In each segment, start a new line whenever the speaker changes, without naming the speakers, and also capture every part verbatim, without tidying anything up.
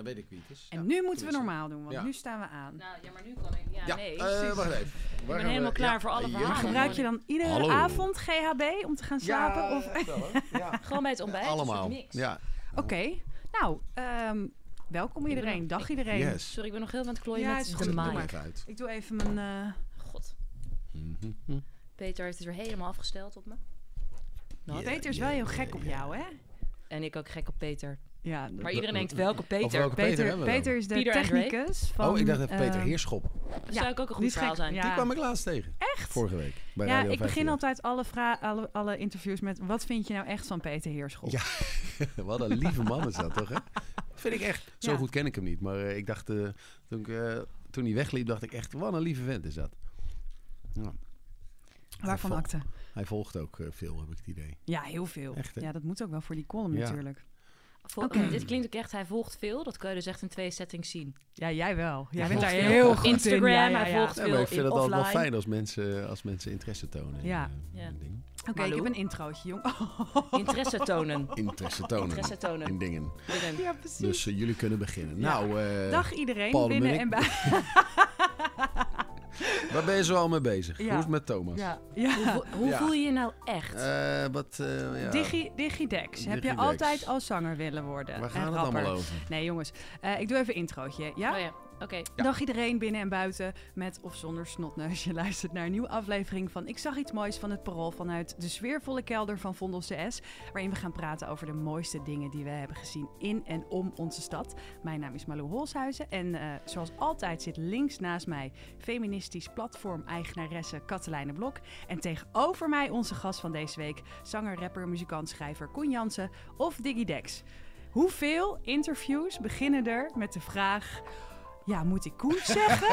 dan weet ik wie het is.
En
ja,
nu moeten we normaal doen, want
ja.
nu staan we aan.
Nou, ja, maar nu kan ik... Ja,
Ja,
nee.
uh, wacht even.
Ik ben helemaal klaar voor alle verhalen.
Maar gebruik je dan iedere
Hallo.
avond G H B om te gaan slapen?
Ja,
of?
wel, hè? Ja.
Gewoon bij het ontbijt.
Allemaal.
Een soort mix.
Ja.
Oké, okay. nou, um, welkom iedereen.
nog,
Dag
ik,
iedereen.
Yes.
Sorry, ik ben nog heel aan het klooien
ja,
met
is
de
goed,
maai.
doe maar. Ik doe even mijn... Uh...
God.
Mm-hmm.
Peter heeft het weer helemaal afgesteld op me.
Nou,
yeah,
Peter is
yeah,
wel heel
yeah,
gek op
yeah.
jou, hè?
En ik ook gek op Peter.
Ja, dat,
maar iedereen
dat,
denkt, welke Peter?
welke Peter,
Peter,
hebben we
Peter is de
Peter
technicus van...
Oh, ik dacht even Peter
uh,
Heerschop.
Dat
ja,
zou ik ook een goed verhaal zijn.
Ja.
Die kwam ik laatst tegen.
Echt?
Vorige week. Bij
ja,
Radio
ik begin
vijftien.
altijd alle, vra- alle, alle interviews met... Wat vind je nou echt van Peter Heerschop?
Ja, wat een lieve man is dat toch, hè? Vind ik echt. Zo
ja.
goed ken ik hem niet. Maar uh, ik dacht, uh, toen, ik, uh, toen hij wegliep, dacht ik echt, wat een lieve vent is dat. Ja.
Waarvan
hij
akte?
Hij volgt ook uh, veel, heb ik het idee.
Ja, heel veel.
Echt, hè?
Ja, dat moet ook wel voor die column
ja.
natuurlijk.
Vol-
okay.
Dit klinkt ook echt, hij volgt veel. Dat kun je dus echt in twee settings zien.
Ja, jij wel. Jij
hij
bent daar
veel.
heel goed
Instagram,
in. Ja, ja,
hij
ja.
volgt
Ja,
veel
maar ik vind
in
het altijd wel
offline.
fijn als mensen, als mensen interesse tonen.
Ja.
In, uh,
Ja.
dingen.
Oké, okay, ik heb een introotje, jong. Oh.
Interesse tonen.
Interesse tonen.
Interesse tonen.
In dingen.
Dingen.
Ja, precies.
Dus uh, jullie kunnen beginnen.
Ja.
Nou, uh,
Dag iedereen,
Paul
binnen
en
en buiten.
Waar ben je zo al mee bezig?
Ja.
Hoe is het met Thomas?
Ja. Ja.
Hoe, vo- hoe
Ja.
voel je je nou echt?
Uh, wat, uh, ja.
Digi, Digidex. Heb je
Digidex.
altijd als zanger willen worden?
Waar
En
gaat het
rapper.
allemaal over?
Nee, jongens. Uh, ik doe even een introotje. Ja?
Oh ja, oké. Okay.
Ja.
Dag iedereen binnen en buiten, met of zonder snotneus. Je luistert naar een nieuwe aflevering van Ik zag iets moois van het Parool vanuit de sfeervolle kelder van Vondel C S, waarin we gaan praten over de mooiste dingen die we hebben gezien in en om onze stad. Mijn naam is Malou Holshuizen en uh, zoals altijd zit links naast mij feministisch platform-eigenaresse Katelijne Blok. En tegenover mij onze gast van deze week, zanger, rapper, muzikant, schrijver Koen Jansen of Digidex. Hoeveel interviews beginnen er met de vraag... Ja, moet ik Koen zeggen?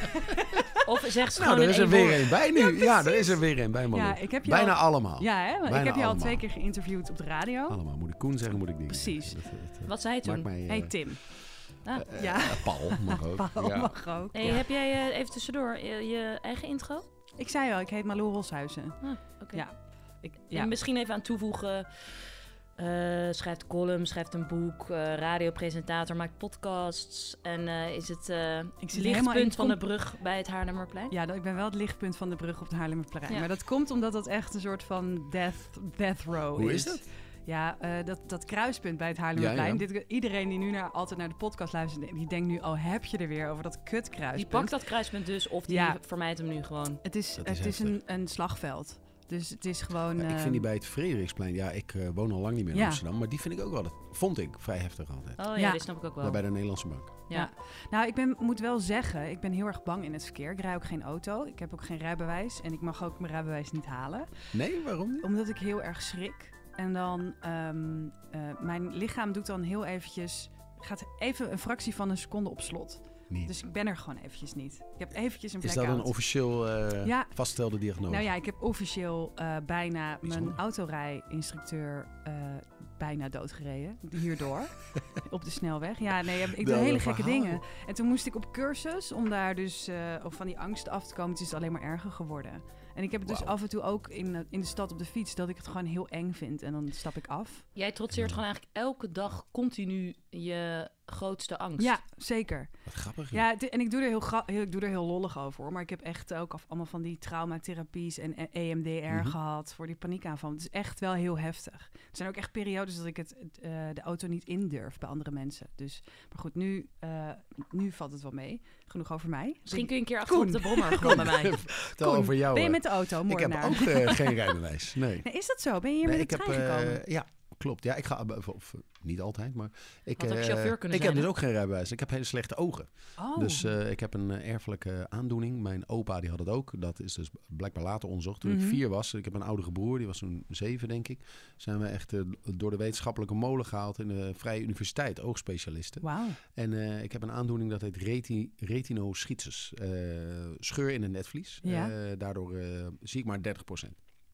Of zeg ze
Nou,
gewoon
er is
in
er
één
weer
woord.
een bij nu.
Ja,
Ja, er is er weer een bij, man.
Ja, ik heb je
Bijna
al...
allemaal.
Ja, hè?
Bijna
ik heb je al
allemaal.
twee keer geïnterviewd op de radio.
Allemaal. Moet ik Koen zeggen, moet ik dingen
Precies.
zeggen. Dat, dat, uh,
Wat zei je toen?
maakt mij, uh,
Hey Tim.
Ah.
uh,
Ja.
uh, Paul mag ook.
Paul
ja.
mag ook.
Hey,
Ja.
heb jij uh, even tussendoor je, je eigen intro?
Ik zei al, ik heet Malou Holshuizen.
Ah, oké. Okay.
Ja. Ik,
Ja.
ja.
Misschien even aan toevoegen. Uh, schrijft column, schrijft een boek, uh, radiopresentator, maakt podcasts. En uh, is het uh,
Ik zit helemaal in
lichtpunt van
com-
de brug bij het Haarlemmerplein?
Ja, dat, ik ben wel het lichtpunt van de brug op het Haarlemmerplein.
Ja.
Maar dat komt omdat dat echt een soort van death, death row
Hoe
is.
is dat?
Ja, uh, dat, dat kruispunt bij het Haarlemmerplein.
Ja, ja.
Dit, iedereen die nu naar, altijd naar de podcast luistert, die denkt nu, oh, heb je er weer over dat kutkruispunt.
Die pakt dat kruispunt dus of die
Ja.
vermijdt hem nu gewoon?
Het is,
Dat is
het is
heftig.
een, een slagveld. Dus het is gewoon...
Ja, ik
uh,
vind die bij het Frederiksplein, ja, ik uh, woon al lang niet meer in
Ja.
Amsterdam, maar die vind ik ook wel, vond ik vrij heftig altijd.
Oh ja,
Ja.
die snap ik ook wel.
Daar bij de Nederlandse Bank.
Ja.
Ja. Nou, ik ben, moet wel zeggen, ik ben heel erg bang in het verkeer. Ik rij ook geen auto. Ik heb ook geen rijbewijs. En ik mag ook mijn rijbewijs niet halen.
Nee, waarom niet?
Omdat ik heel erg schrik. En dan, um, uh, mijn lichaam doet dan heel eventjes... Gaat even een fractie van een seconde op slot.
Niet.
Dus ik ben er gewoon eventjes niet. Ik heb eventjes een
Is
blackout.
dat een officieel uh,
Ja.
vastgestelde diagnose?
Nou ja, ik heb officieel uh, bijna
Bijzonder.
mijn autorijinstructeur uh, bijna doodgereden. Hierdoor. Op de snelweg. Ja, nee, ik doe
Wel
hele
een
gekke
verhaal.
dingen. En toen moest ik op cursus om daar dus uh, of van die angst af te komen. Het is alleen maar erger geworden. En ik heb het dus
Wauw.
af en toe ook in, uh, in de stad op de fiets dat ik het gewoon heel eng vind. En dan stap ik af.
Jij trotseert gewoon eigenlijk elke dag continu je grootste angst.
Ja, zeker.
Wat grappig.
Ja, d- en ik doe er heel, gra- heel, ik doe er heel lollig over hoor. Maar ik heb echt ook af, allemaal van die traumatherapies en E M D R
Mhm.
gehad voor die paniekaanval. Het is echt wel heel heftig. Er zijn ook echt periodes dat ik het, uh, de auto niet indurf bij andere mensen. Dus, maar goed, nu, uh, nu valt het wel mee. Genoeg over mij.
Misschien kun je een keer achter
Koen.
op de brommer gewoon bij mij.
Vertel
Koen,
over jou.
ben je
uh,
met de auto,
ik heb
moordenaar?
ook uh, geen rijbewijs. Nee.
Nee, is dat zo? Ben je hier
nee,
met de
ik
trein
heb, uh,
gekomen?
ja, klopt. Ja, ik ga, of, of, niet altijd, maar ik,
Had ook
uh,
chauffeur kunnen
ik
zijn,
heb dus
hè?
ook geen rijbewijs. Ik heb hele slechte ogen.
Oh.
Dus uh, ik heb een uh, erfelijke aandoening. Mijn opa die had het ook. Dat is dus blijkbaar later onderzocht. Toen
Mhm.
ik vier was, ik heb een oudere broer, die was toen zeven denk ik. Zijn we echt uh, door de wetenschappelijke molen gehaald in de Vrije Universiteit, oogspecialisten.
Wauw.
En uh, ik heb een aandoening dat heet reti- retinoschisis. Uh, scheur in het netvlies.
Ja.
Uh, daardoor uh, zie ik maar dertig procent.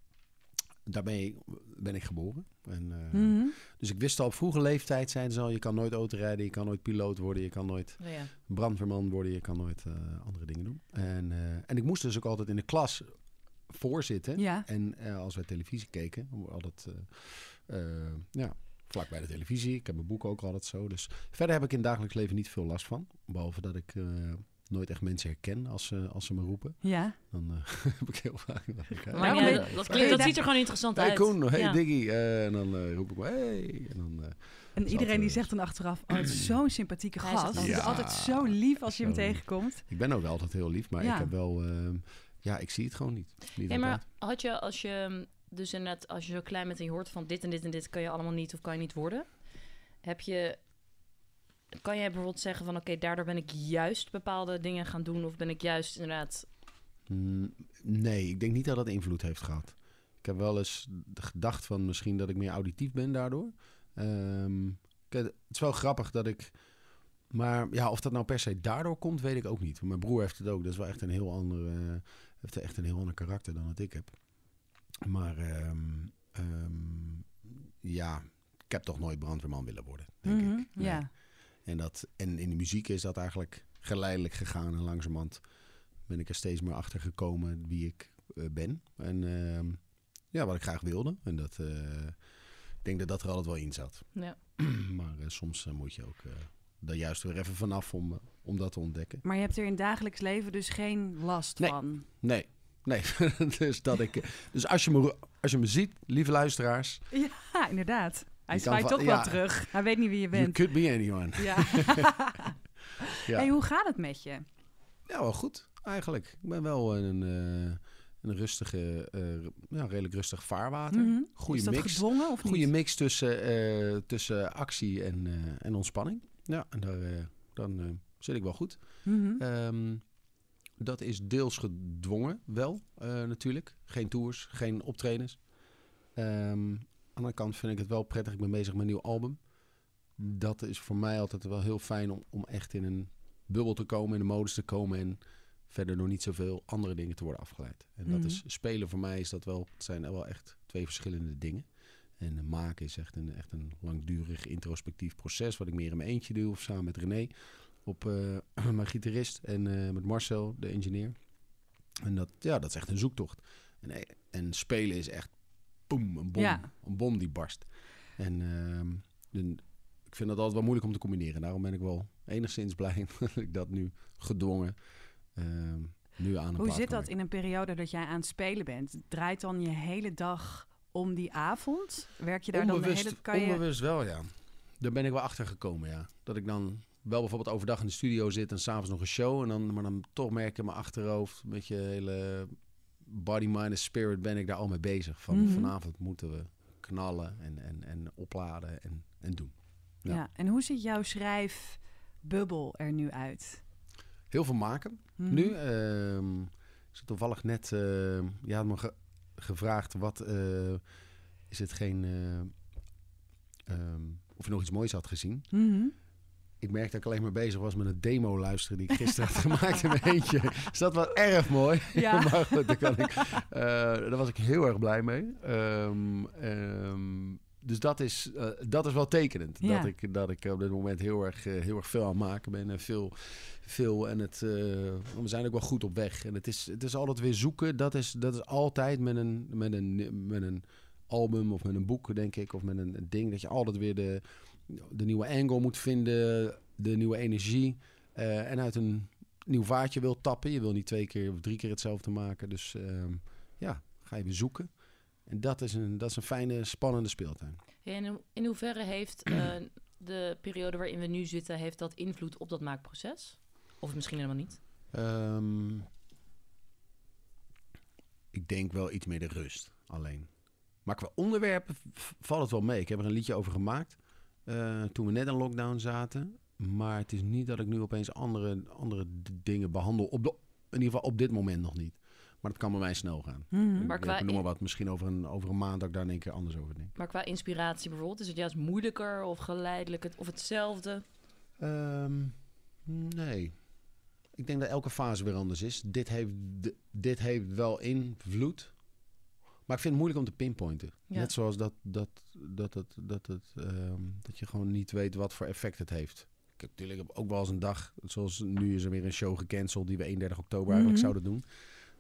Daarmee ben ik geboren. En, uh,
Mhm.
Dus ik wist al op vroege leeftijd, zeiden ze al, je kan nooit autorijden, je kan nooit piloot worden, je kan nooit
Oh ja.
brandweerman worden, je kan nooit uh, andere dingen doen. En, uh, en ik moest dus ook altijd in de klas voorzitten.
Ja.
En uh, als wij televisie keken, altijd uh, uh, ja, vlak bij de televisie. Ik heb mijn boeken ook altijd zo. Dus verder heb ik in het dagelijks leven niet veel last van. Behalve dat ik uh, nooit echt mensen herken als, uh, als ze me roepen.
Ja.
Dan uh, heb ik heel vaak... Ik,
maar ja, dat, dat, klinkt, dat ziet er gewoon interessant
hey,
uit.
Koen, hey
ja.
Diggy. Uh, en dan uh, roep ik me, hey. En, dan, uh,
en iedereen dat, die zegt dan achteraf, oh, het is zo'n sympathieke gast. Het
ja,
is altijd zo lief als je
zo
hem tegenkomt.
Ik ben ook altijd heel lief, maar ja. ik heb wel... Uh, ja, ik zie het gewoon niet. niet
hey, maar had je, als je... Dus inderdaad, als je zo klein bent en je hoort van dit en dit en dit kan je allemaal niet of kan je niet worden. Heb je... Kan jij bijvoorbeeld zeggen van oké, okay, daardoor ben ik juist bepaalde dingen gaan doen of ben ik juist inderdaad...
Mm, nee, ik denk niet dat dat invloed heeft gehad. Ik heb wel eens gedacht van misschien dat ik meer auditief ben daardoor. Um, het is wel grappig dat ik... Maar ja, of dat nou per se daardoor komt, weet ik ook niet. Mijn broer heeft het ook. Dat is wel echt een heel ander, uh, heeft echt een heel ander karakter dan wat ik heb. Maar um, um, ja, ik heb toch nooit brandweerman willen worden, denk
mm-hmm,
ik. Nee.
Ja.
En, dat, en in de muziek is dat eigenlijk geleidelijk gegaan. En langzamerhand ben ik er steeds meer achter gekomen wie ik uh, ben. En uh, ja, wat ik graag wilde. En dat, uh, ik denk dat dat er altijd wel in zat.
Ja.
Maar uh, soms uh, moet je ook uh, daar juist weer even vanaf om, uh, om dat te ontdekken.
Maar je hebt er in het dagelijks leven dus geen last
nee.
van?
Nee. Nee, dus, dat ik, dus als, je me, als je me ziet, lieve luisteraars...
Ja, inderdaad. Hij zwaait
van,
toch
ja,
wel terug. Hij weet niet wie je bent.
You could be anyone.
Ja. Ja. Hey, hoe gaat het met je?
Ja, wel goed, eigenlijk. Ik ben wel een, uh, een rustige, uh, ja, redelijk rustig vaarwater.
Mm-hmm.
Goeie
Is dat
mix.
gedwongen of niet?
Goeie mix tussen, uh, tussen actie en, uh, en ontspanning. Ja, en daar, uh, dan uh, zit ik wel goed.
Mm-hmm.
Um, dat is deels gedwongen, wel, uh, natuurlijk. Geen tours, geen optredens. Um, aan de andere kant vind ik het wel prettig. Ik ben bezig met een nieuw album. Dat is voor mij altijd wel heel fijn om, om echt in een bubbel te komen, in de modus te komen en verder nog niet zoveel andere dingen te worden afgeleid. En
Mm-hmm.
dat is spelen voor mij is dat wel, het zijn wel echt twee verschillende dingen. En uh, maken is echt een, echt een langdurig introspectief proces, wat ik meer in mijn eentje doe of samen met René. Op uh, mijn gitarist en uh, met Marcel, de engineer. En dat, ja, dat is echt een zoektocht. En, en spelen is echt boem, een bom,
ja.
een bom die barst. En uh, de, ik vind dat altijd wel moeilijk om te combineren. Daarom ben ik wel enigszins blij dat ik dat nu gedwongen uh, nu aan een
Hoe zit dat in een periode dat jij aan het spelen bent? Draait dan je hele dag om die avond? Werk je daar
onbewust,
dan de hele... Kan je...
Onbewust wel, ja. Daar ben ik wel achter gekomen, ja. Dat ik dan... wel bijvoorbeeld overdag in de studio zit en s'avonds nog een show. En dan, maar dan toch merk ik in mijn achterhoofd, met je hele body, mind en spirit ben ik daar al mee bezig. Van
mm-hmm.
vanavond moeten we knallen en, en, en opladen en, en doen.
Ja. ja, en hoe ziet jouw schrijfbubbel er nu uit?
Heel veel maken.
Mm-hmm.
Nu, uh, ik zat toevallig net, uh, je had me ge- gevraagd, wat uh, is het geen, uh, um, of je nog iets moois had gezien.
Mm-hmm.
Ik merkte dat ik alleen maar bezig was met een demo luisteren die ik gisteren had gemaakt in mijn eentje. Dus dat was erg mooi.
Ja.
Maar goed, daar, kan ik, uh, daar was ik heel erg blij mee. Um, um, dus dat is, uh, dat is wel tekenend.
Ja.
Dat, ik, dat ik op dit moment heel erg, uh, heel erg veel aan het maken ben. En veel, veel en het, uh, we zijn ook wel goed op weg. En het is, het is altijd weer zoeken. Dat is, dat is altijd met een, met, een, met een album of met een boek, denk ik. Of met een, een ding. Dat je altijd weer de... de nieuwe angle moet vinden, de nieuwe energie. Uh, en uit een nieuw vaatje wil tappen. Je wil niet twee keer of drie keer hetzelfde maken. Dus uh, ja, ga je weer zoeken. En dat is een, dat is een fijne, spannende speeltuin.
Ja, en in hoeverre heeft uh, de periode waarin we nu zitten, heeft dat invloed op dat maakproces? Of misschien helemaal niet?
Um, ik denk wel iets meer de rust alleen. Maar qua onderwerpen v- valt het wel mee. Ik heb er een liedje over gemaakt. Uh, toen we net in lockdown zaten. Maar het is niet dat ik nu opeens andere, andere d- dingen behandel. Op de, in ieder geval op dit moment nog niet. Maar dat kan bij mij snel gaan.
Mm-hmm.
Maar qua
ik noem maar wat. Misschien over een, over een maand dat ik daar in één keer anders over denk.
Maar qua inspiratie bijvoorbeeld, is het juist moeilijker of geleidelijk het, of hetzelfde?
Um, nee. Ik denk dat elke fase weer anders is. Dit heeft, d- dit heeft wel invloed. Maar ik vind het moeilijk om te pinpointen.
Ja.
Net zoals dat, dat, dat, dat, dat, het, um, dat je gewoon niet weet wat voor effect het heeft. Ik heb natuurlijk ook wel eens een dag, zoals nu is er weer een show gecanceld die we eenendertig oktober eigenlijk
mm-hmm.
zouden doen.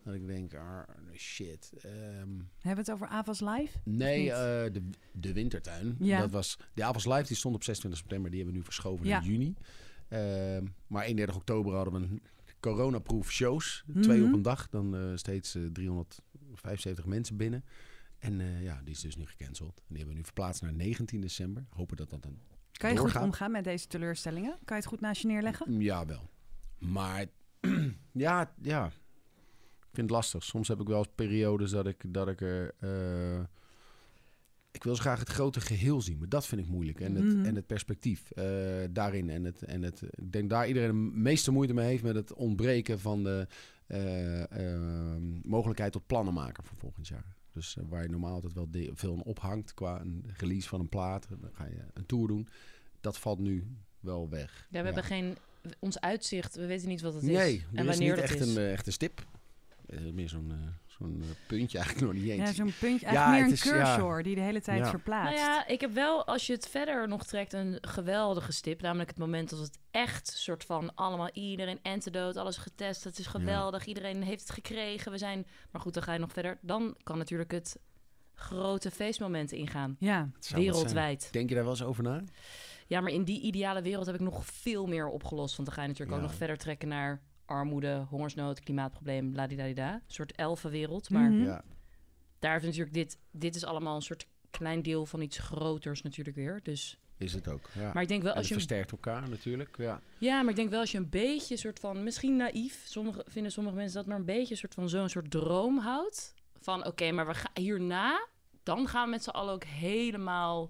Dat ik denk, ah, shit. Um,
Hebben we het over Avas Live?
nee, uh, de, de wintertuin.
Ja.
Dat was, de Avas Live die stond op zesentwintig september. Die hebben we nu verschoven
Ja.
naar juni. Um, maar eenendertig oktober hadden we een coronaproof shows. Twee
Mhm.
op een dag. Dan uh, steeds uh, driehonderdvijfenzeventig mensen binnen. En uh, ja, die is dus nu gecanceld. En die hebben we nu verplaatst naar negentien december. Hopen dat dat dan
Kan je
doorgaat.
goed omgaan met deze teleurstellingen? Kan je het goed naast je neerleggen?
Ja, wel. Maar ja, ja. Ik vind het lastig. Soms heb ik wel eens periodes dat ik, dat ik er... Uh, ik wil zo graag het grote geheel zien. Maar dat vind ik moeilijk. En het,
Mhm.
en het perspectief uh, daarin. En het, en het, ik denk daar iedereen de meeste moeite mee heeft... met het ontbreken van de uh, uh, mogelijkheid tot plannen maken voor volgend jaar. Dus uh, waar je normaal altijd wel de, veel aan ophangt... qua een release van een plaat. Dan ga je een tour doen. Dat valt nu wel weg.
Ja, we hebben geen... Ons uitzicht, we weten niet wat het is.
Nee, er
en
is
wanneer
niet
dat
echt
is.
een uh, echte stip. Uh, meer zo'n uh, zo'n uh, puntje eigenlijk nog niet eens.
Ja, zo'n puntje.
Ja,
Eigenlijk meer
het
een
is-
cursor die de hele tijd
Ja.
verplaatst.
Nou ja, ik heb wel, als je het verder nog trekt, een geweldige stip. Namelijk het moment dat het echt soort van allemaal iedereen antidote, alles getest. Het is geweldig, iedereen heeft het gekregen. We zijn, maar goed, dan ga je nog verder. Dan kan natuurlijk het grote feestmoment ingaan.
Ja.
Het zou wat
Wereldwijd.
zijn. Denk je daar wel eens over na?
Ja, maar in die ideale wereld heb ik nog veel meer opgelost. Want dan ga je natuurlijk
Ja.
ook nog verder trekken naar armoede, hongersnood, klimaatprobleem, ladidadida. Een soort elfenwereld. Maar
Mhm.
Ja.
daar heeft natuurlijk dit... Dit is allemaal een soort klein deel van iets groters natuurlijk weer. Dus,
Is het ook. Ja.
maar ik denk wel
En
als
het
je...
versterkt elkaar natuurlijk. Ja.
Ja, maar ik denk wel als je een beetje soort van... Misschien naïef, sommige, vinden sommige mensen dat... maar een beetje soort van zo'n soort droom houdt. Van oké, okay, maar we gaan hierna... Dan gaan we met z'n allen ook helemaal...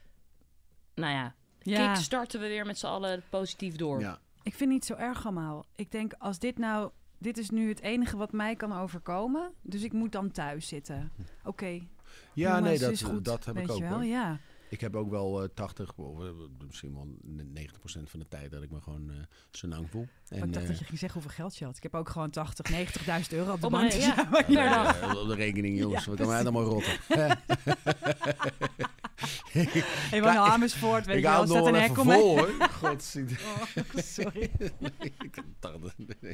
Nou ja,
Ja.
kickstarten we weer met z'n allen positief door.
Ja.
Ik vind het niet zo erg allemaal. Ik denk, als dit nou... Dit is nu het enige wat mij kan overkomen. Dus ik moet dan thuis zitten. Oké. Okay.
Ja, nee,
Jongens,
dat,
is goed,
dat heb
weet
ik ook
je wel,
hoor.
ja.
Ik heb ook wel uh, tachtig, of uh, misschien wel negentig procent van de tijd dat ik me gewoon uh, zo lang voel. En,
Oh, ik dacht
uh,
dat je ging zeggen hoeveel geld je had. Ik heb ook gewoon tachtig, negentigduizend euro op de
Oh,
bank.
maar
Dus
ja.
ja, maar
Per
ja.
dag.
uh, op de rekening, jongens.
Ja,
Wat kan mij allemaal rotten.
Helemaal naar Amersfoort, weet
ik
je wel.
hou het
Staat
nog
een
wel
hek
even
om me.
vol, hoor. Godziet.
Oh, sorry.
nee, ik dacht dat- nee.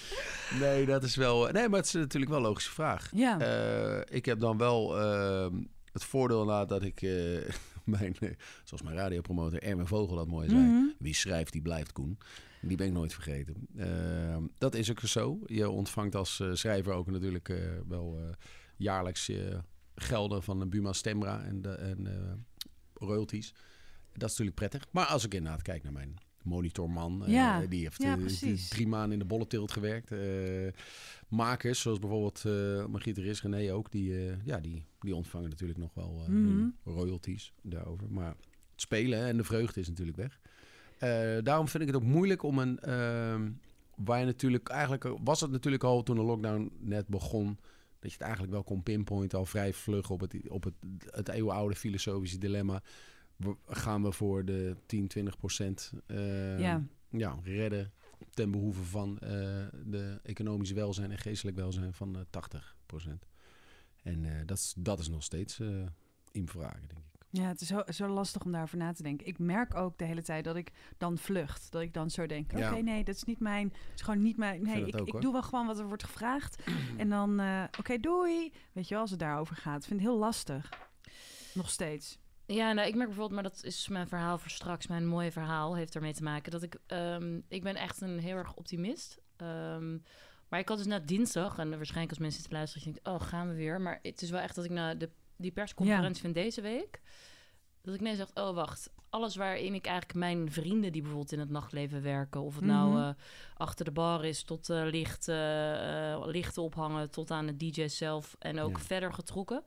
nee, dat is wel... Nee, maar het is natuurlijk wel een logische vraag.
Ja.
Uh, ik heb dan wel uh, het voordeel inderdaad dat ik... Uh, mijn, uh, zoals mijn radiopromotor Erwin Vogel dat mooi zei...
Mhm.
Wie schrijft, die blijft, Koen. Die ben ik nooit vergeten. Uh, dat is ook zo. Je ontvangt als uh, schrijver ook natuurlijk uh, wel uh, jaarlijks uh, gelden van de Buma Stemra en, de, en uh, royalties. Dat is natuurlijk prettig. Maar als ik inderdaad kijk naar mijn monitorman...
Ja.
Uh, die heeft
Ja,
uh,
precies.
drie maanden in de bollentilt gewerkt. Uh, makers, zoals bijvoorbeeld uh, Margriet Ris, René ook... Die, uh, ja, die, die ontvangen natuurlijk nog wel uh,
Mhm.
hun royalties daarover. Maar het spelen en de vreugde is natuurlijk weg. Uh, daarom vind ik het ook moeilijk om een... Uh, waar je natuurlijk eigenlijk... Was het natuurlijk al toen de lockdown net begon... dat je het eigenlijk wel kon pinpointen al vrij vlug... op het, op het, het eeuwenoude filosofische dilemma... We, gaan we voor de tien, twintig procent uh,
Ja.
Ja, redden... ten behoeve van uh, de economische welzijn en geestelijk welzijn van uh, tachtig procent. En uh, dat, is, dat is nog steeds uh, in vragen, denk ik.
Ja, het is zo, zo lastig om daarover na te denken. Ik merk ook de hele tijd dat ik dan vlucht. Dat ik dan zo denk, oké,
Ja.
okay, nee, dat is niet mijn... Het is gewoon niet mijn...
vind
Nee,
dat
ik,
ook,
ik
hoor.
doe wel gewoon wat er wordt gevraagd. En dan, uh, oké, okay, doei. Weet je wel, als het daarover gaat. Ik vind het heel lastig. Nog steeds.
Ja, nou, ik merk bijvoorbeeld, maar dat is mijn verhaal voor straks. Mijn mooie verhaal heeft ermee te maken dat ik... Um, ik ben echt een heel erg optimist. Um, maar ik had dus na dinsdag... en waarschijnlijk als mensen zitten luisteren... denk ik, oh, gaan we weer. Maar het is wel echt dat ik na de, die persconferentie
Ja.
van deze week... dat ik nee zeg, oh, wacht. Alles waarin ik eigenlijk mijn vrienden... die bijvoorbeeld in het nachtleven werken... of het
Mm-hmm.
nou uh, achter de bar is... tot uh, licht, uh, uh, lichten ophangen... tot aan de D J zelf... en ook
Ja.
verder getrokken...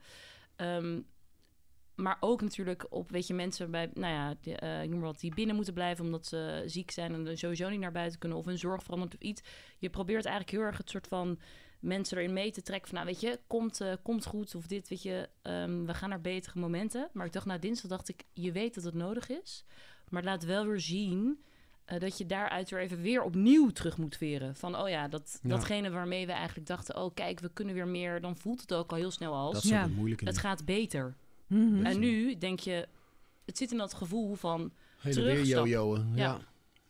Um, maar ook natuurlijk op, weet je, mensen bij, nou ja, die, uh, ik noem maar wat, die binnen moeten blijven omdat ze ziek zijn en sowieso niet naar buiten kunnen of hun zorg verandert of iets. Je probeert eigenlijk heel erg het soort van mensen erin mee te trekken van, nou weet je, komt, uh, komt goed of dit, weet je, um, we gaan naar betere momenten. Maar ik dacht, na dinsdag dacht ik, je weet dat het nodig is, maar laat wel weer zien uh, dat je daaruit weer even weer opnieuw terug moet veren. Van, oh ja, dat,
Ja.
datgene waarmee we eigenlijk dachten, oh kijk, we kunnen weer meer, dan voelt het ook al heel snel als,
Dat is
Ja.
ook het moeilijke.
het gaat beter.
Mm-hmm.
Dus-
En nu denk je, het zit in dat gevoel van
Heen en weer
terugstap.
jojoen. Ja.
Ja.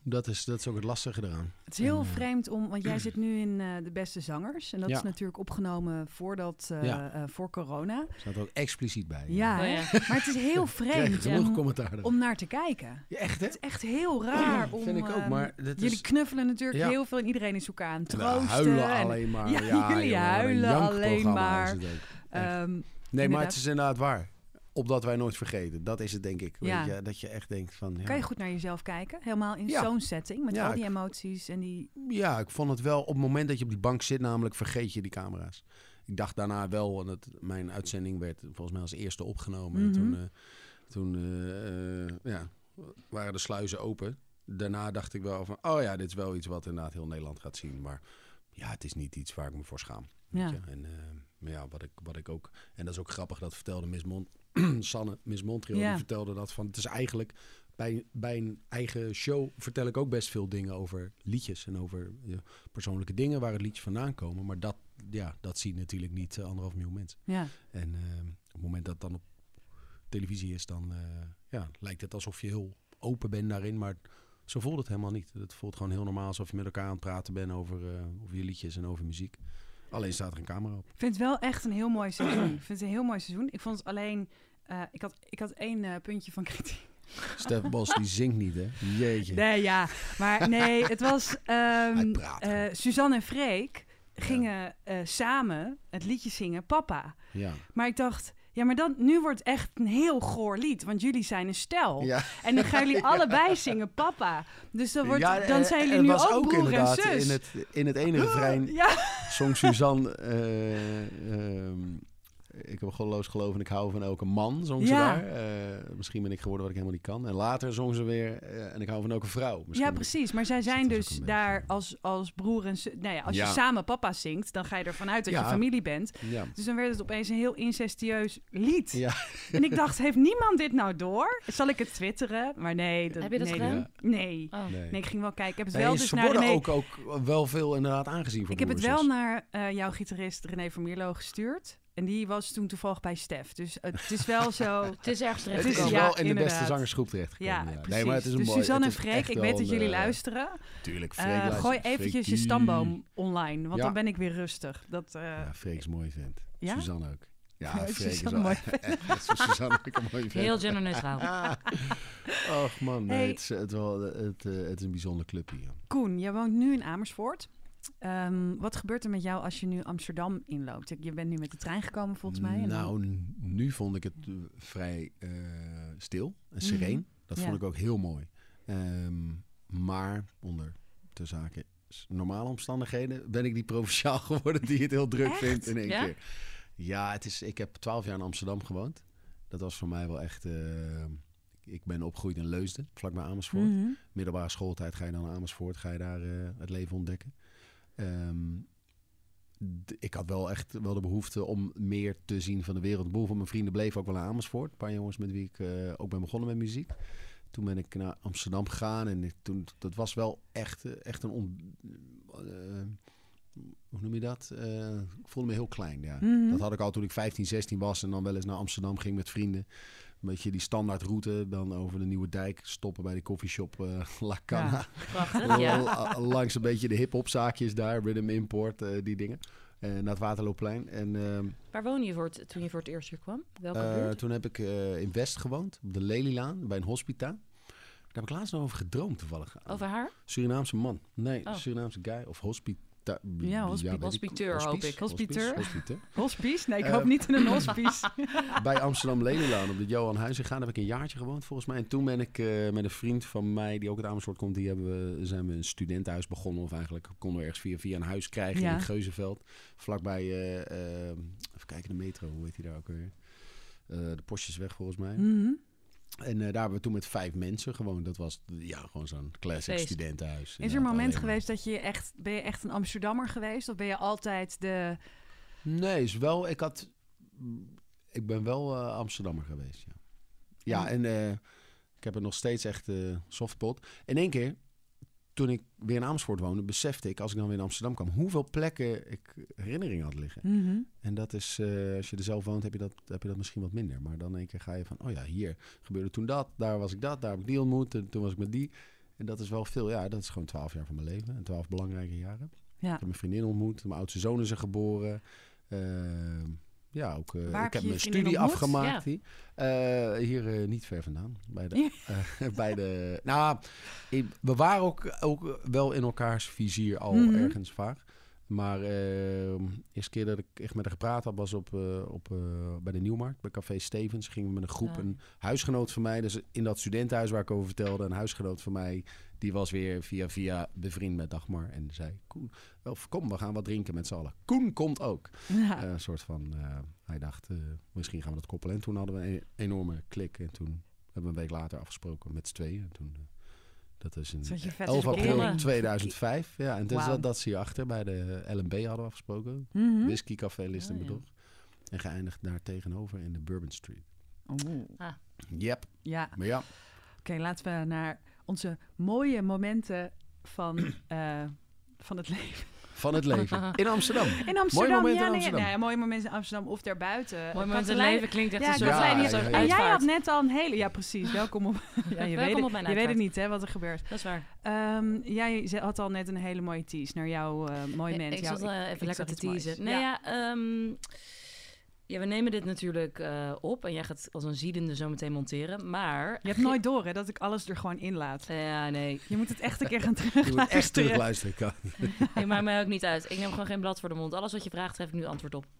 Dat is, dat is ook het lastige eraan.
Het is heel
En, uh,
vreemd om, want jij zit nu in uh, de beste zangers. En dat
Ja.
is natuurlijk opgenomen voordat, uh,
Ja.
uh, voor corona.
Staat er ook expliciet bij.
Ja,
Oh,
hè?
ja.
Maar het is heel
Krijg je
vreemd
genoeg
om,
commentaar dan.
om naar te kijken.
Ja, echt, hè?
Het is echt heel raar om...
Vind ik ook,
um,
maar dat
jullie
is...
knuffelen natuurlijk
Ja.
heel veel en iedereen is elkaar aan het
We
troosten.
huilen
en-
alleen maar.
Ja,
Ja,
jullie
jongen, wat een
huilen alleen
jankprogramma
maar.
is het ook. Echt.
um,
Nee, maar
inderdaad.
het is inderdaad waar. Opdat wij nooit vergeten. Dat is het, denk ik.
Ja.
Weet je, dat je echt denkt van... Ja,
Kan je goed naar jezelf kijken? Helemaal in
Ja.
zo'n setting, met
Ja,
al die
ik-
emoties en die...
ja, ik vond het wel... Op het moment dat je op die bank zit, namelijk vergeet je die camera's. Ik dacht daarna wel... En het, mijn uitzending werd volgens mij als eerste opgenomen.
Mhm.
En toen, uh, toen uh, uh, ja, waren de sluizen open. Daarna dacht ik wel van... Oh ja, dit is wel iets wat inderdaad heel Nederland gaat zien. Maar ja, het is niet iets waar ik me voor schaam. Weet
Ja.
je? En uh, maar ja, wat ik, wat ik ook... En dat is ook grappig, dat vertelde Miss Mont... Sanne, Miss Montreal,
Ja.
die vertelde dat van... Het is eigenlijk... Bij, bij een eigen show vertel ik ook best veel dingen over liedjes... en over ja, persoonlijke dingen waar het liedjes vandaan komen. Maar dat, ja, dat zien natuurlijk niet uh, anderhalf miljoen mensen.
Ja.
En uh, op het moment dat het dan op televisie is... dan uh, ja, lijkt het alsof je heel open bent daarin. Maar zo voelt het helemaal niet. Het voelt gewoon heel normaal alsof je met elkaar aan het praten bent... over, uh, over je liedjes en over muziek. Alleen staat er een camera op.
Ik vind het wel echt een heel mooi seizoen. Ik vind het een heel mooi seizoen. Ik vond het alleen... Uh, ik, had, ik had één uh, puntje van kritiek.
Stef Bos, die zingt niet, hè? Jeetje.
Nee, ja. Maar nee, het was... Um,
praat
uh, Suzanne en Freek gingen uh, samen het liedje zingen, Papa.
Ja.
Maar ik dacht... Ja, maar dan, nu wordt het echt een heel goor lied. Want jullie zijn een stel.
Ja.
En dan gaan jullie allebei zingen Papa. Dus dan, wordt,
Ja,
dan zijn jullie
het
nu
was
ook broer en
inderdaad
zus.
In het, in het ene refrein
Ja.
zong Suzanne... Uh, um, ik heb goddeloos geloof en ik hou van elke man, zong ze
Ja.
daar. Uh, misschien ben ik geworden wat ik helemaal niet kan. En later zong ze weer uh, en ik hou van elke vrouw. Misschien
Ja, precies. Maar zij zijn
dat
dus
ook een
daar
beetje-
als, als broer en zus. Nou ja, als
Ja.
je samen Papa zingt, dan ga je ervan uit dat
Ja.
je familie bent.
Ja.
Dus dan werd het opeens een heel incestueus lied.
Ja.
En ik dacht, heeft niemand dit nou door? Zal ik het twitteren? Maar nee. Dat,
Heb je dat
nee,
gedaan?
dat- Nee.
Oh.
Nee.
Nee, ik ging wel kijken. Ik heb het
Nee,
wel
ze
dus naar
worden
René...
ook, ook wel veel inderdaad aangezien voor
Ik heb het
broers,
wel
zus.
naar uh, jouw gitarist René Vermeerlo gestuurd. En die was toen toevallig bij Stef. Dus uh, het is wel zo...
Het is ergens
Het
terecht
is
is-
gekomen.
wel
ja,
in de beste
inderdaad.
zangersgroep terechtgekomen.
Ja,
Ja,
precies.
Nee, maar het is een
dus
mooi,
Suzanne en
het is
Freek,
echt
ik
wel
weet dat
een,
jullie
uh,
luisteren.
Tuurlijk,
Uh,
Freek luistert.
gooi eventjes je
Freekie.
stamboom online, want
Ja.
dan ben ik weer rustig. Dat, uh,
Ja, Freek is een mooie vent.
Ja?
Suzanne ook. Ja,
Ja,
Freek is
Suzanne
wel
mooi
echt Suzanne ook een mooie vent.
Heel genderneutraal.
Ah. Och man, nee,
Hey.
het, is, het, wel, het, uh, het is een bijzonder clubje. Ja.
Koen, jij woont nu in Amersfoort. Um, wat gebeurt er met jou als je nu Amsterdam inloopt? Je bent nu met de trein gekomen volgens mij. En dan-
Nou, n- nu vond ik het uh, vrij uh, stil en sereen.
Mhm.
Dat
Ja.
vond ik ook heel mooi. Um, maar onder de zaken normale omstandigheden ben ik die provinciaal geworden die het heel druk
Echt?
vindt in één
Ja?
keer. Ja, het is, ik heb twaalf jaar in Amsterdam gewoond. Dat was voor mij wel echt... Uh, ik ben opgegroeid in Leusden, vlakbij Amersfoort.
Mhm.
Middelbare schooltijd ga je dan naar Amersfoort, ga je daar uh, het leven ontdekken. Um, d- ik had wel echt wel de behoefte om meer te zien van de wereld. De boel van mijn vrienden bleef ook wel naar Amersfoort. Een paar jongens met wie ik uh, ook ben begonnen met muziek. Toen ben ik naar Amsterdam gegaan en ik, toen, dat was wel echt, uh, echt een... On, uh, hoe noem je dat? Uh, ik voelde me heel klein, ja.
Mhm.
Dat had ik al toen ik vijftien, zestien was en dan wel eens naar Amsterdam ging met vrienden. Een beetje die standaardroute, dan over de Nieuwe Dijk, stoppen bij de koffieshop uh, La Canna.
Ja.
Prachtig, ja.
L- Langs een beetje de hip-hop zaakjes daar, Rhythm Import, uh, die dingen. Uh, naar het Waterloopplein. En uh,
Waar woon je voor het, toen je voor het eerst hier kwam? Welke
uh,
buurt?
toen heb ik uh, in West gewoond, op de Lelylaan, bij een hospita. Daar heb ik laatst nog over gedroomd toevallig.
Over haar?
Surinaamse man. Nee,
Oh.
Surinaamse guy of hospita.
Ja, hospi-
weet ik.
hospiteur, hoop ik.
Hospiteur?
Hospiteur.
Hospice? Nee, ik
Uh,
hoop niet in een hospice.
Bij Amsterdam Lelylaan op de Johan Huizen gaan. Daar heb ik een jaartje gewoond volgens mij. En toen ben ik uh, met een vriend van mij die ook uit Amersfoort komt. Die hebben we, zijn we een studentenhuis begonnen. Of eigenlijk konden we ergens via, via een huis krijgen
Ja.
in Geuzenveld. Vlakbij, uh, uh, even kijken, de metro. Hoe heet die daar ook weer? Uh, de Postjesweg volgens mij.
Mhm.
En uh, daar hebben we toen met vijf mensen gewoond. Dat was ja, gewoon zo'n classic
Feest.
studentenhuis.
Is er een
Inderdaad,
moment
alleen maar-
geweest dat je echt... Ben je echt een Amsterdammer geweest? Of ben je altijd de...
Nee, is wel. Ik had. Ik ben wel uh, Amsterdammer geweest. Ja, ja en uh, ik heb er nog steeds echt uh, softpot. In één keer, toen ik weer in Amersfoort woonde, besefte ik als ik dan weer in Amsterdam kwam, hoeveel plekken ik herinneringen had liggen.
Mhm.
En dat is, uh, als je er zelf woont, heb je, dat, heb je dat misschien wat minder. Maar dan in één keer ga je van, oh ja, hier gebeurde toen dat, daar was ik dat, daar heb ik die ontmoet, en toen was ik met die. En dat is wel veel. Ja, dat is gewoon twaalf jaar van mijn leven. En twaalf belangrijke jaren.
Ja.
Ik heb mijn vriendin ontmoet. Mijn oudste zoon is er geboren. Uh, ja, ook. Uh,
Waar
ik heb
je
mijn
je
studie
ontmoet?
afgemaakt.
Ja.
Hier, uh, hier uh, niet ver vandaan. Bij de, uh, bij de, nou, ik, we waren ook, ook wel in elkaars vizier al mm-hmm. ergens vaak. Maar uh, de eerste keer dat ik echt met haar gepraat had, was op, uh, op, uh, bij de Nieuwmarkt, bij Café Stevens. Gingen we met een groep, ja. een huisgenoot van mij, dus in dat studentenhuis waar ik over vertelde, een huisgenoot van mij, die was weer via via bevriend met Dagmar. En zei, Koen, of kom, we gaan wat drinken met z'n allen. Koen komt ook. Ja. Uh, een soort van, uh, hij dacht, uh, misschien gaan we dat koppelen. En toen hadden we een enorme klik. En toen hebben we een week later afgesproken met z'n tweeën. En toen... Uh, Dat is in elf april tweeduizend vijf. Ja, en dus wow. dat, dat zie je achter. Bij de L en B hadden we afgesproken. Mm-hmm. Whisky Café Listenbedrog. Oh, ja. En geëindigd daar tegenover in de Bourbon Street.
Oh.
Ah. Yep.
Ja.
Maar ja.
Oké, okay, laten we naar onze mooie momenten van, uh, van het leven.
Van het leven. In Amsterdam.
In Amsterdam,
mooie momenten
ja,
in
nee,
Amsterdam.
nee, mooie momenten in Amsterdam of daarbuiten.
Mooie momenten in het leven klinkt echt
ja,
een soort
ja, ja, ja,
ja, ja.
En jij had net al een hele... Ja, precies. Welkom op... Ja, je
Welkom
weet,
op mijn
je weet het niet, hè, wat er gebeurt.
Dat is waar.
Um, jij had al net een hele mooie tease naar jouw uh, mooi mens.
Ik zat uh, even
ik
lekker te teasen. Nee, ja, ja um, ja, we nemen dit natuurlijk uh, op en jij gaat als een ziedende zo meteen monteren, maar...
Je hebt nooit door, hè, dat ik alles er gewoon in laat.
Ja, nee.
Je moet het echt een keer gaan terugluisteren.
Je moet echt terugluisteren, kan.
Ik maak mij ook niet uit. Ik neem gewoon geen blad voor de mond. Alles wat je vraagt, geef ik nu antwoord op.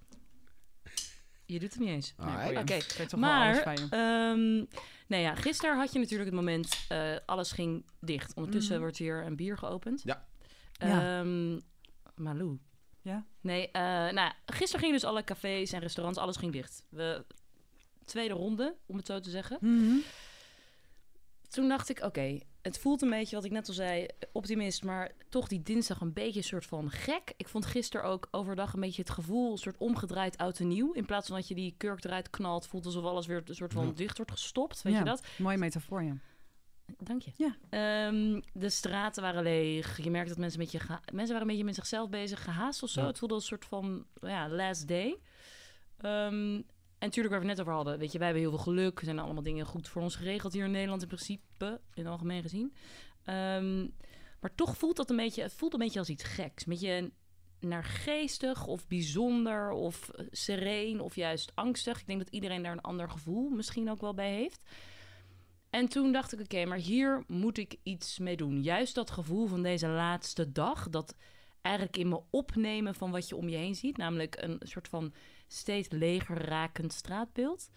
Je doet het niet eens.
Nee, Oké,
okay.
okay.
Maar, um, nee ja, gisteren had je natuurlijk het moment, uh, alles ging dicht. Ondertussen mm. wordt hier een bier geopend.
Ja.
Um, ja. Malou.
Ja?
Nee, uh, nou, gisteren gingen dus alle cafés en restaurants, alles ging dicht. We, tweede ronde, om het zo te zeggen.
Mm-hmm.
Toen dacht ik, oké, okay, het voelt een beetje, wat ik net al zei, optimist, maar toch die dinsdag een beetje een soort van gek. Ik vond gisteren ook overdag een beetje het gevoel, een soort omgedraaid oud en nieuw. In plaats van dat je die kurk eruit knalt, voelt alsof alles weer een soort van ja. dicht wordt gestopt. Weet
ja,
je dat?
Mooie metafoor, ja.
Dank je.
Ja.
Um, de straten waren leeg. Je merkte dat mensen een beetje, geha- mensen waren een beetje met zichzelf bezig, gehaast of zo. Ja. Het voelde als een soort van, ja, last day. Um, en natuurlijk, waar we het net over hadden, weet je, wij hebben heel veel geluk. Er zijn allemaal dingen goed voor ons geregeld hier in Nederland in principe, in het algemeen gezien. Um, maar toch voelt dat een beetje, het voelt een beetje als iets geks. Een beetje naargeestig of bijzonder of sereen of juist angstig. Ik denk dat iedereen daar een ander gevoel misschien ook wel bij heeft. En toen dacht ik, oké, okay, maar hier moet ik iets mee doen. Juist dat gevoel van deze laatste dag, dat eigenlijk in me opnemen van wat je om je heen ziet. Namelijk een soort van steeds leger rakend straatbeeld.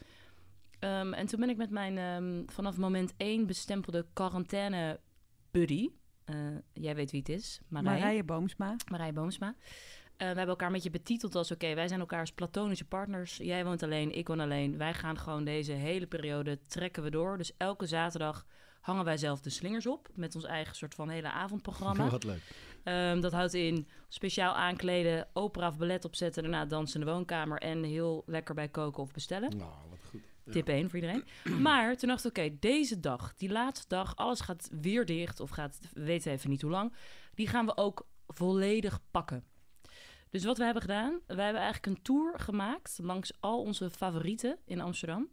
Um, en toen ben ik met mijn um, vanaf moment één bestempelde quarantaine buddy. Uh, jij weet wie het is. Marije,
Marije Boomsma.
Marije Boomsma. Uh, we hebben elkaar een beetje betiteld als, oké, okay, wij zijn elkaars platonische partners. Jij woont alleen, ik woon alleen. Wij gaan gewoon deze hele periode trekken we door. Dus elke zaterdag hangen wij zelf de slingers op met ons eigen soort van hele avondprogramma.
Wat leuk.
Um, dat houdt in speciaal aankleden, opera of ballet opzetten, daarna dansen in de woonkamer en heel lekker bij koken of bestellen.
Nou, wat goed. Ja.
Tip één voor iedereen. Maar toen dacht ik, oké, okay, deze dag, die laatste dag, alles gaat weer dicht of gaat, we weten even niet hoe lang, die gaan we ook volledig pakken. Dus wat we hebben gedaan, wij hebben eigenlijk een tour gemaakt langs al onze favorieten in Amsterdam.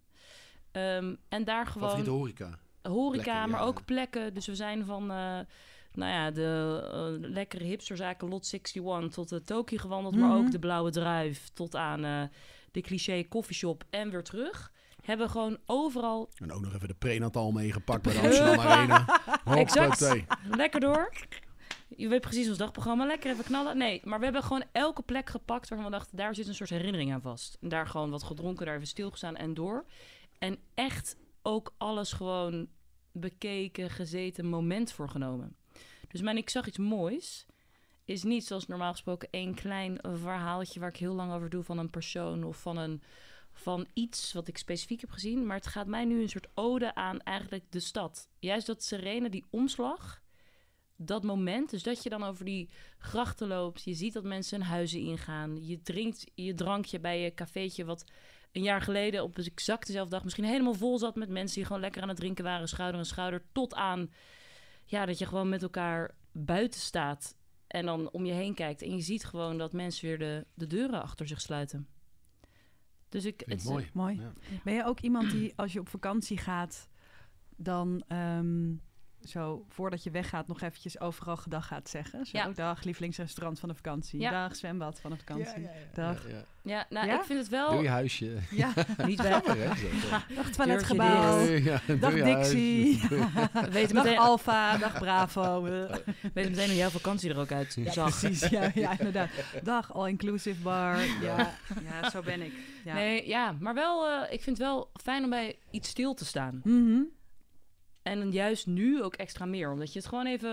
Um, en daar gewoon...
Favoriete horeca.
Horeca,
plekken,
maar
ja.
ook plekken. Dus we zijn van, uh, nou ja, de uh, lekkere hipsterzaken Lot eenenzestig tot de Tokio gewandeld. Mm-hmm. Maar ook de Blauwe Druif tot aan uh, de cliché koffieshop en weer terug. Hebben we gewoon overal...
En ook nog even de prenatal meegepakt bij de Amsterdam Arena.
Exact. Lekker door. Je weet precies ons dagprogramma. Lekker even knallen. Nee, maar we hebben gewoon elke plek gepakt waarvan we dachten, daar zit een soort herinnering aan vast. En daar gewoon wat gedronken, daar even stilgestaan en door. En echt ook alles gewoon bekeken, gezeten, moment voor genomen. Dus mijn ik zag iets moois is niet zoals normaal gesproken één klein verhaaltje waar ik heel lang over doe van een persoon of van een van iets wat ik specifiek heb gezien. Maar het gaat mij nu een soort ode aan eigenlijk de stad. Juist dat serene, die omslag, dat moment. Dus dat je dan over die grachten loopt. Je ziet dat mensen hun huizen ingaan. Je drinkt je drankje bij je cafeetje wat een jaar geleden op exact dezelfde dag misschien helemaal vol zat met mensen die gewoon lekker aan het drinken waren, schouder aan schouder, tot aan ja, dat je gewoon met elkaar buiten staat en dan om je heen kijkt en je ziet gewoon dat mensen weer de, de deuren achter zich sluiten. Dus ik... Het,
mooi.
mooi.
Ja.
Ben je ook iemand die als je op vakantie gaat dan um, zo voordat je weggaat nog eventjes overal gedag gaat zeggen. Zo,
Ja.
dag, lievelingsrestaurant van de vakantie.
Ja.
Dag, zwembad van de vakantie.
Ja, ja, ja.
Dag.
Ja, ja.
Ja, nou,
Ja?
ik vind het wel...
Doe je huisje.
Ja,
Niet bij...
Jammer, hè, zo, ja.
dag toiletgebouw.
Ja, doe
Dag
je
Dixie.
huisje.
We weten
Dag
meteen,
Alfa, dag Bravo.
we weten meteen hoe jouw vakantie er ook uit
Ja,
zag.
precies. Ja, ja, inderdaad. Dag, all-inclusive bar. Ja, ja, zo ben ik. Ja.
Nee, ja, maar wel, eh, ik vind het wel fijn om bij iets stil te staan.
Mhm.
En dan juist nu ook extra meer, omdat je het gewoon even...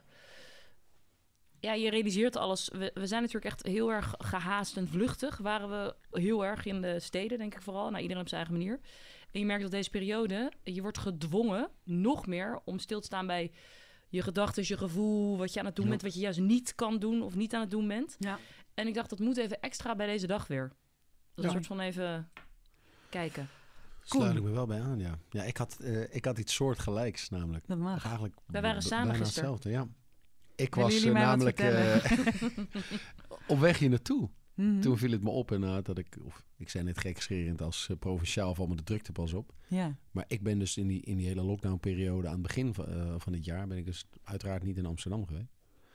Ja, je realiseert alles. We, we zijn natuurlijk echt heel erg gehaast en vluchtig. Waren we heel erg in de steden, denk ik vooral. Nou, iedereen op zijn eigen manier. En je merkt dat deze periode, je wordt gedwongen, nog meer, om stil te staan bij je gedachten, je gevoel, wat je aan het doen
Ja.
bent, wat je juist niet kan doen of niet aan het doen bent.
Ja.
En ik dacht, dat moet even extra bij deze dag weer. Dat
Ja.
een soort van even kijken.
Sluit ik me wel bij aan, ja. Ja, ik had, eh, ik had iets soortgelijks namelijk.
Dat mag.
Eigenlijk
Wij waren
b-
samen
bijna
gisteren.
hetzelfde, ja. Ik
Willen
was
jullie
eh,
mij wat
namelijk
vertellen?
eh, op weg hier naartoe.
Mhm.
Toen viel het me op inderdaad dat ik, of ik zei net gekscherend als uh, provinciaal van me de drukte pas op.
Ja.
Maar ik ben dus in die, in die hele lockdownperiode aan het begin van, uh, van dit jaar, ben ik dus uiteraard niet in Amsterdam geweest.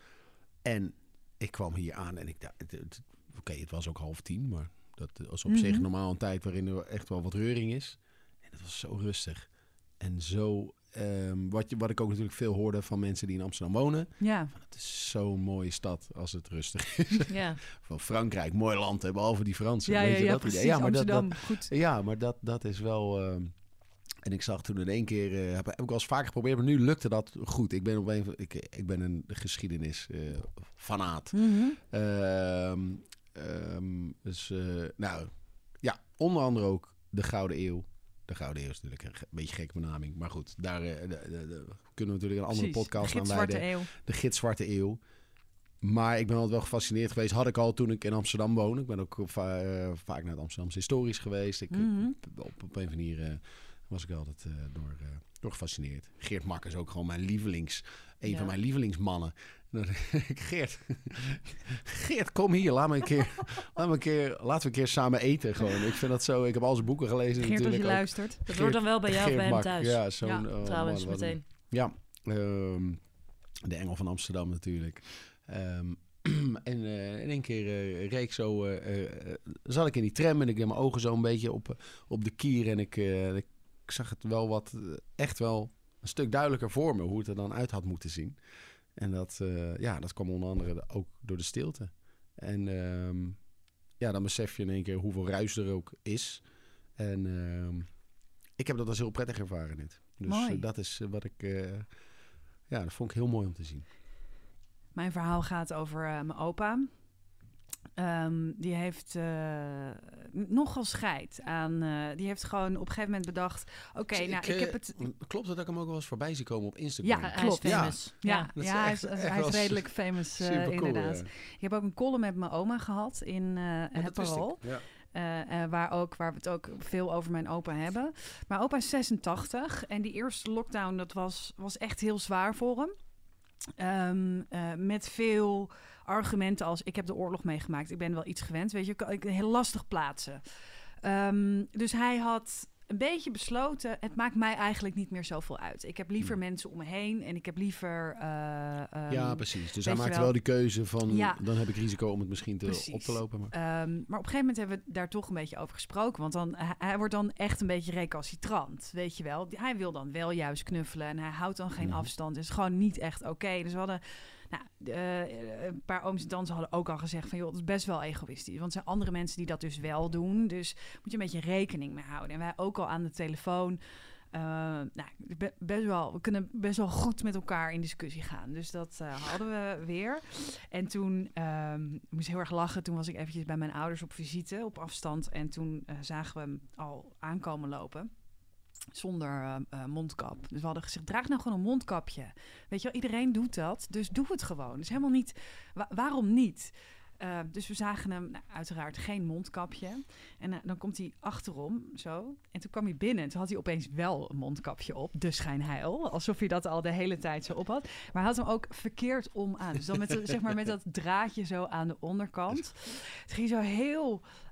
En ik kwam hier aan en ik dacht, het- het- oké, het was ook half tien, maar dat was op
Mhm.
zich normaal een tijd waarin er echt wel wat reuring is. En het was zo rustig. En zo, um, wat, je, wat ik ook natuurlijk veel hoorde van mensen die in Amsterdam wonen.
Ja.
Van, het is zo'n mooie stad als het rustig is.
Ja,
Van Frankrijk, mooi land, hè, behalve die Fransen.
Ja,
weet
ja,
je
ja,
dat
precies.
idee? Ja, maar dat,
Amsterdam,
dat,
goed.
ja, maar dat, dat is wel... ehm, en ik zag toen in één keer... eh, heb, heb ik wel eens vaker geprobeerd, maar nu lukte dat goed. Ik ben, op een, van- ik, ik ben een geschiedenis eh, fanaat.
Mhm.
Ehm, ehm, dus, eh, nou, ja, onder andere ook de Gouden Eeuw. De Gouden Eeuw is natuurlijk een ge- beetje gekke benaming. Maar goed, daar eh, de, de, de, kunnen we natuurlijk een andere
Precies.
podcast
De
aan
gitzwarte
wijden.
eeuw.
De Gitzwarte Eeuw. Maar ik ben altijd wel gefascineerd geweest. Had ik al toen ik in Amsterdam woonde. Ik ben ook va- uh, vaak naar het Amsterdamse historisch geweest. Ik,
Mhm.
op, op een of andere manier uh, was ik altijd uh, door, uh, door gefascineerd. Geert Mak is ook gewoon mijn lievelings... Een
Ja.
van mijn lievelingsmannen. Geert, Geert, kom hier. Laat me een keer, laat me een keer, laten we een keer samen eten. Gewoon. Ik vind dat zo. Ik heb al zijn boeken gelezen.
Geert, als
natuurlijk
je
ook.
luistert.
dat wordt dan wel bij jou of
Geert
bij hem
Mak,
thuis.
Ja, zo'n,
Ja,
oh,
Trouwens,
man, wat een-
meteen.
ja, ehm, de Engel van Amsterdam natuurlijk. Ehm, en uh, in één keer uh, reek zo, uh, uh, zat ik in die tram en ik deed mijn ogen zo een beetje op, uh, op de kier. En ik, uh, ik zag het wel wat, uh, echt wel een stuk duidelijker voor me, hoe het er dan uit had moeten zien. En dat, uh, ja, dat kwam onder andere ook door de stilte. En um, ja, dan besef je in één keer hoeveel ruis er ook is. En um, ik heb dat als heel prettig ervaren net. Dus
Mooi.
uh, dat is uh, wat ik... Uh, ja, dat vond ik heel mooi om te zien.
Mijn verhaal gaat over uh, mijn opa. Um, die heeft uh, nogal scheid aan... Uh, die heeft gewoon op een gegeven moment bedacht... Oké, okay, nou,
ik,
ik heb het...
Klopt dat ik hem ook wel eens voorbij zie komen op Instagram?
Ja,
Hij
klopt.
is famous.
Ja,
Ja.
ja,
is
ja hij
echt-
is,
echt
hij is
wel
redelijk famous, uh,
Supercool,
inderdaad.
ja.
Ik heb ook een column met mijn oma gehad in uh,
Ja,
het
dat wist
Parool.
ik. Ja.
Uh, uh, waar, ook, waar we het ook veel over mijn opa hebben. Maar opa is zesentachtig en die eerste lockdown, dat was, was echt heel zwaar voor hem. Um, uh, met veel argumenten als ik heb de oorlog meegemaakt, ik ben wel iets gewend, weet je, ik, ik heel lastig plaatsen. Um, dus hij had een beetje besloten, het maakt mij eigenlijk niet meer zoveel uit. Ik heb liever
Hmm.
mensen om me heen en ik heb liever... Uh, um,
ja, precies. Dus
weet
hij
je
maakte
wel.
wel die keuze van,
Ja.
dan heb ik risico om het misschien te,
Precies.
op te lopen. Maar...
Um, maar op een gegeven moment hebben we daar toch een beetje over gesproken. Want dan, hij, hij wordt dan echt een beetje recalcitrant, weet je wel. Hij wil dan wel juist knuffelen en hij houdt dan geen
Mhm.
afstand. Het is gewoon niet echt oké. Okay. Dus we hadden... Nou, uh, een paar ooms en tantes hadden ook al gezegd van... joh, dat is best wel egoïstisch. Want er zijn andere mensen die dat dus wel doen. Dus moet je een beetje rekening mee houden. En wij ook al aan de telefoon... Uh, nou, be- best wel, we kunnen best wel goed met elkaar in discussie gaan. Dus dat uh, hadden we weer. En toen um, ik moest heel erg lachen. Toen was ik eventjes bij mijn ouders op visite, op afstand. En toen uh, zagen we hem al aankomen lopen. Zonder uh, uh, mondkap. Dus we hadden gezegd, draag nou gewoon een mondkapje. Weet je wel, iedereen doet dat. Dus doe het gewoon. Dus helemaal niet, wa- waarom niet? Uh, dus we zagen hem, nou, uiteraard geen mondkapje. En uh, dan komt hij achterom, zo. En toen kwam hij binnen. En toen had hij opeens wel een mondkapje op. De schijnheil. Alsof hij dat al de hele tijd zo op had. Maar hij had hem ook verkeerd om aan. Dus dan met, zeg maar, met dat draadje zo aan de onderkant. Het ging zo heel...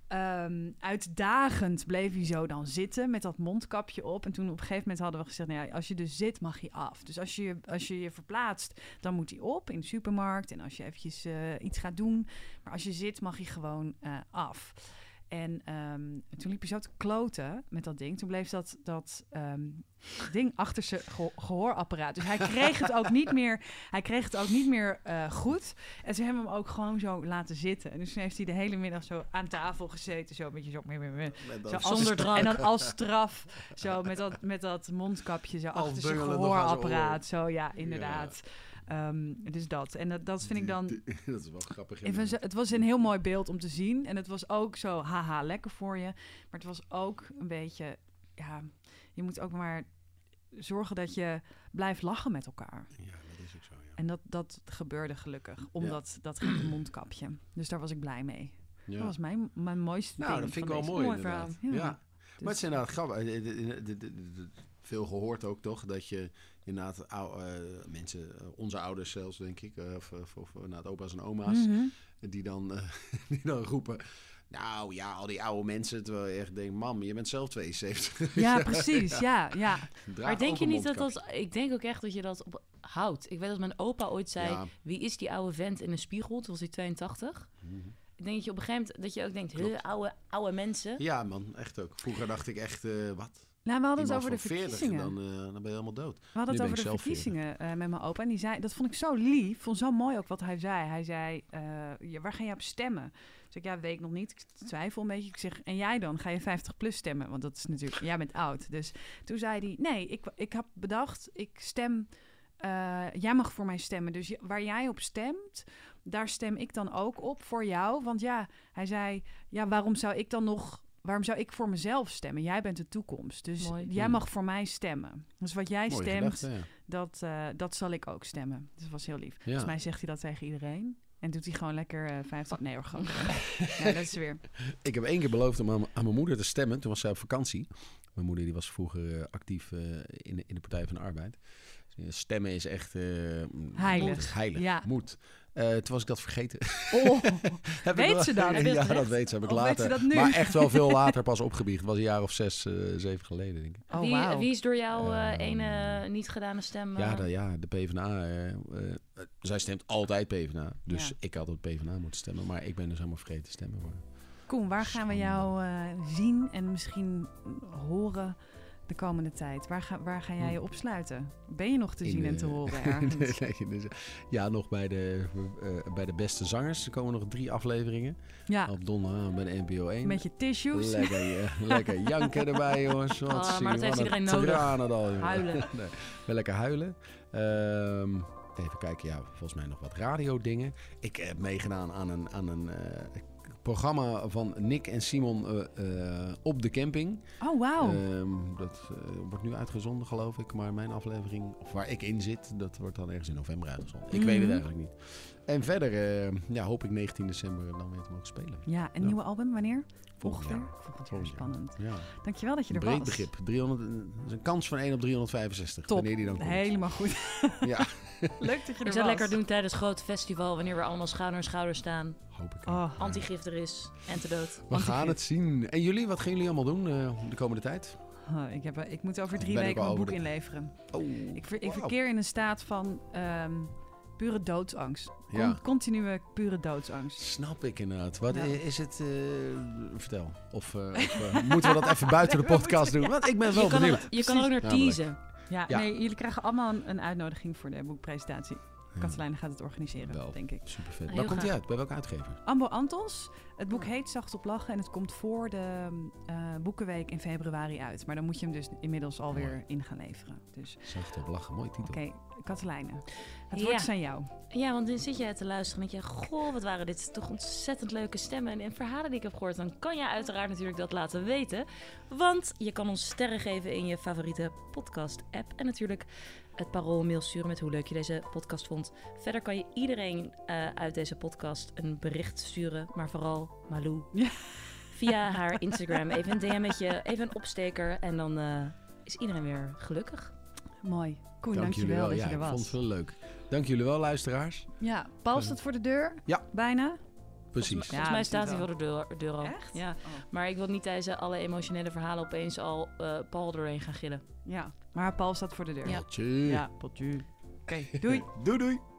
um, uitdagend bleef hij zo dan zitten met dat mondkapje op. En toen op een gegeven moment hadden we gezegd, nou ja, als je dus zit, mag je af. Dus als je als je, je verplaatst, dan moet hij op in de supermarkt. En als je eventjes uh, iets gaat doen. Maar als je zit, mag hij gewoon uh, af. En um, toen liep hij zo te kloten met dat ding. Toen bleef dat, dat um, ding achter zijn ge- gehoorapparaat. Dus hij kreeg het ook niet meer, hij kreeg het ook niet meer uh, goed. En ze hebben hem ook gewoon zo laten zitten. En dus toen heeft hij de hele middag zo aan tafel gezeten. Zo een beetje zo. Mee, mee, mee, zo als,
zonder drank.
En dan als straf zo met dat, met dat mondkapje zo achter zijn gehoorapparaat. Zo ja, inderdaad. Ja. Um, dus dat. En dat, dat vind ik dan...
Dat is wel grappig.
Was, het was een heel mooi beeld om te zien. En het was ook zo, haha, lekker voor je. Maar het was ook een beetje... Ja, je moet ook maar zorgen dat je blijft lachen met elkaar.
Ja, dat is ook zo, ja.
En dat, dat gebeurde gelukkig. Omdat ja. dat ging een mondkapje. Dus daar was ik blij mee. Ja. Dat was mijn, mijn mooiste
nou,
ding.
Dat vind ik wel mooi, mooi verhaal. Ja. ja.
Dus
maar het is inderdaad grappig. Veel gehoord ook toch, dat je inderdaad ou, uh, mensen, uh, onze ouders zelfs denk ik, uh, of, of, of inderdaad opa's en oma's, mm-hmm. die, dan, uh, die dan roepen, nou ja, al die oude mensen, terwijl je echt denkt, mam, je bent zelf tweeënzeventig.
Ja, precies, ja, ja.
Maar denk je niet dat dat, ik denk ook echt dat je dat op houdt. Ik weet dat mijn opa ooit zei, ja. Wie is die oude vent in een spiegel? Toen was hij tweeëntachtig. Mm-hmm. Ik denk dat je op een gegeven moment, dat je ook denkt, huh, oude, oude mensen.
Ja man, echt ook. Vroeger dacht ik echt, uh, wat?
Nou, we hadden het over de verkiezingen.
Dan, uh, dan ben je helemaal dood.
We hadden het over de verkiezingen uh, met mijn opa. En die zei, dat vond ik zo lief. Vond zo mooi ook wat hij zei. Hij zei, uh, ja, waar ga je op stemmen? Dus ik, ja, weet ik nog niet. Ik twijfel een beetje. Ik zeg, en jij dan? Ga je vijftig plus stemmen? Want dat is natuurlijk, jij bent oud. Dus toen zei hij, nee, ik, ik heb bedacht, ik stem, uh, jij mag voor mij stemmen. Dus waar jij op stemt, daar stem ik dan ook op voor jou. Want ja, hij zei, ja, waarom zou ik dan nog... Waarom zou ik voor mezelf stemmen? Jij bent de toekomst. Dus Mooi. jij mag voor mij stemmen. Dus wat jij Mooi stemt, gedachte, ja. dat, uh, dat zal ik ook stemmen. Dus dat was heel lief. Ja. Volgens mij zegt hij dat tegen iedereen. En doet hij gewoon lekker uh, vijftig... Nee hoor, gewoon. Ja, dat is weer...
Ik heb één keer beloofd om aan, aan mijn moeder te stemmen. Toen was zij op vakantie. Mijn moeder die was vroeger uh, actief uh, in, de, in de Partij van de Arbeid. Dus stemmen is echt... Uh,
heilig.
Heilig. Ja. Moet. Uh, toen was ik dat vergeten.
Oh, weet
wel,
ze dat?
Ja, dat weet ze. Heb ik later. Maar echt wel veel later pas opgebiecht. Het was een jaar of zes, uh, zeven geleden, denk ik.
Oh, wie, wow. wie is door jou uh, uh, ene niet gedane stem? Uh...
Ja, de, ja, de PvdA. Uh, uh, zij stemt altijd PvdA. Dus ja. ik had op PvdA moeten stemmen. Maar ik ben dus helemaal vergeten te stemmen voor.
Koen, waar gaan we jou uh, zien en misschien horen... de komende tijd? Waar ga, waar ga jij je opsluiten? Ben je nog te zien In, en te horen ergens?
nee, nee, ja, nog bij de, uh, bij de beste zangers. Er komen nog drie afleveringen.
Ja.
Op donderdag bij de N P O één.
Met je tissues.
Lekker, uh, lekker janken erbij, jongens. Wat
oh, maar dat heeft iedereen nodig.
Al,
huilen.
nee, lekker huilen. Um, even kijken, ja, volgens mij nog wat radio dingen. Ik heb meegedaan aan een... Aan een uh, programma van Nick en Simon uh, uh, op de camping.
Oh, wauw.
Um, dat uh, wordt nu uitgezonden, geloof ik. Maar mijn aflevering, of waar ik in zit, dat wordt dan ergens in november uitgezonden. Ik mm. weet het eigenlijk niet. En verder uh, ja, hoop ik negentien december dan weer te mogen spelen.
Ja, een ja. nieuwe album, wanneer? Ongeveer?
Jaar.
Volgend jaar, spannend.
Ja.
Dankjewel dat je er
Breed
was.
begrip. driehonderd, dat is een kans van één op driehonderdvijfenzestig.
Top.
Wanneer die dan komt.
Helemaal goed.
Ja.
Leuk dat je er was.
Ik zou lekker doen tijdens het grote festival, wanneer we allemaal schouder aan schouder staan.
Hoop ik.
Oh. Antigif er is. Antidote.
We gaan het zien. En jullie, wat gaan jullie allemaal doen uh, de komende tijd?
Oh, ik, heb, ik moet over drie ben weken mijn boek de... inleveren.
Oh.
Ik, ver, ik wow. verkeer in een staat van um, pure doodsangst. Con- ja. Continue pure doodsangst.
Snap ik inderdaad. Wat ja. is het? Uh, vertel. Of, uh, of uh, moeten we dat even buiten de podcast doen? Want ik ben wel
je
benieuwd.
Kan er, je kan ook naar teasen.
Ja, ja, nee, jullie krijgen allemaal een, een uitnodiging voor de boekpresentatie. Ja. Katelijne gaat het organiseren, wel, denk ik.
Super vet. Waar komt die uit? Bij welke uitgever?
Ambo Antons. Het boek heet Zacht op Lachen en het komt voor de uh, Boekenweek in februari uit. Maar dan moet je hem dus inmiddels alweer Mooi. in gaan leveren. Dus.
Zacht op Lachen, mooie titel.
Oké, okay, Katelijne. Het
ja.
woord is aan jou.
Ja, want dan zit jij te luisteren en denk je... Goh, wat waren dit toch ontzettend leuke stemmen en, en verhalen die ik heb gehoord. Dan kan je uiteraard natuurlijk dat laten weten. Want je kan ons sterren geven in je favoriete podcast-app. En natuurlijk het Parool mail sturen met hoe leuk je deze podcast vond. Verder kan je iedereen uh, uit deze podcast een bericht sturen. Maar vooral Malou. Ja. Via haar Instagram. Even een D M'tje, even een opsteker. En dan uh, is iedereen weer gelukkig.
Mooi. Koen, dank je wel dat
ja,
je er was.
Ik vond het wel leuk. Dank jullie wel, luisteraars.
Ja, Paul staat voor de deur.
Ja.
Bijna.
Precies.
Volgens, mij-
Ja,
volgens mij
dat
staat
is
hij
wel.
voor de deur, deur al.
Echt?
Ja.
Oh.
Maar ik wil niet tijdens alle emotionele verhalen opeens al uh, Paul doorheen gaan gillen.
Ja, maar Paul staat voor de deur.
Ja.
Potje.
Ja, potje. Oké, doei.
Doei doei.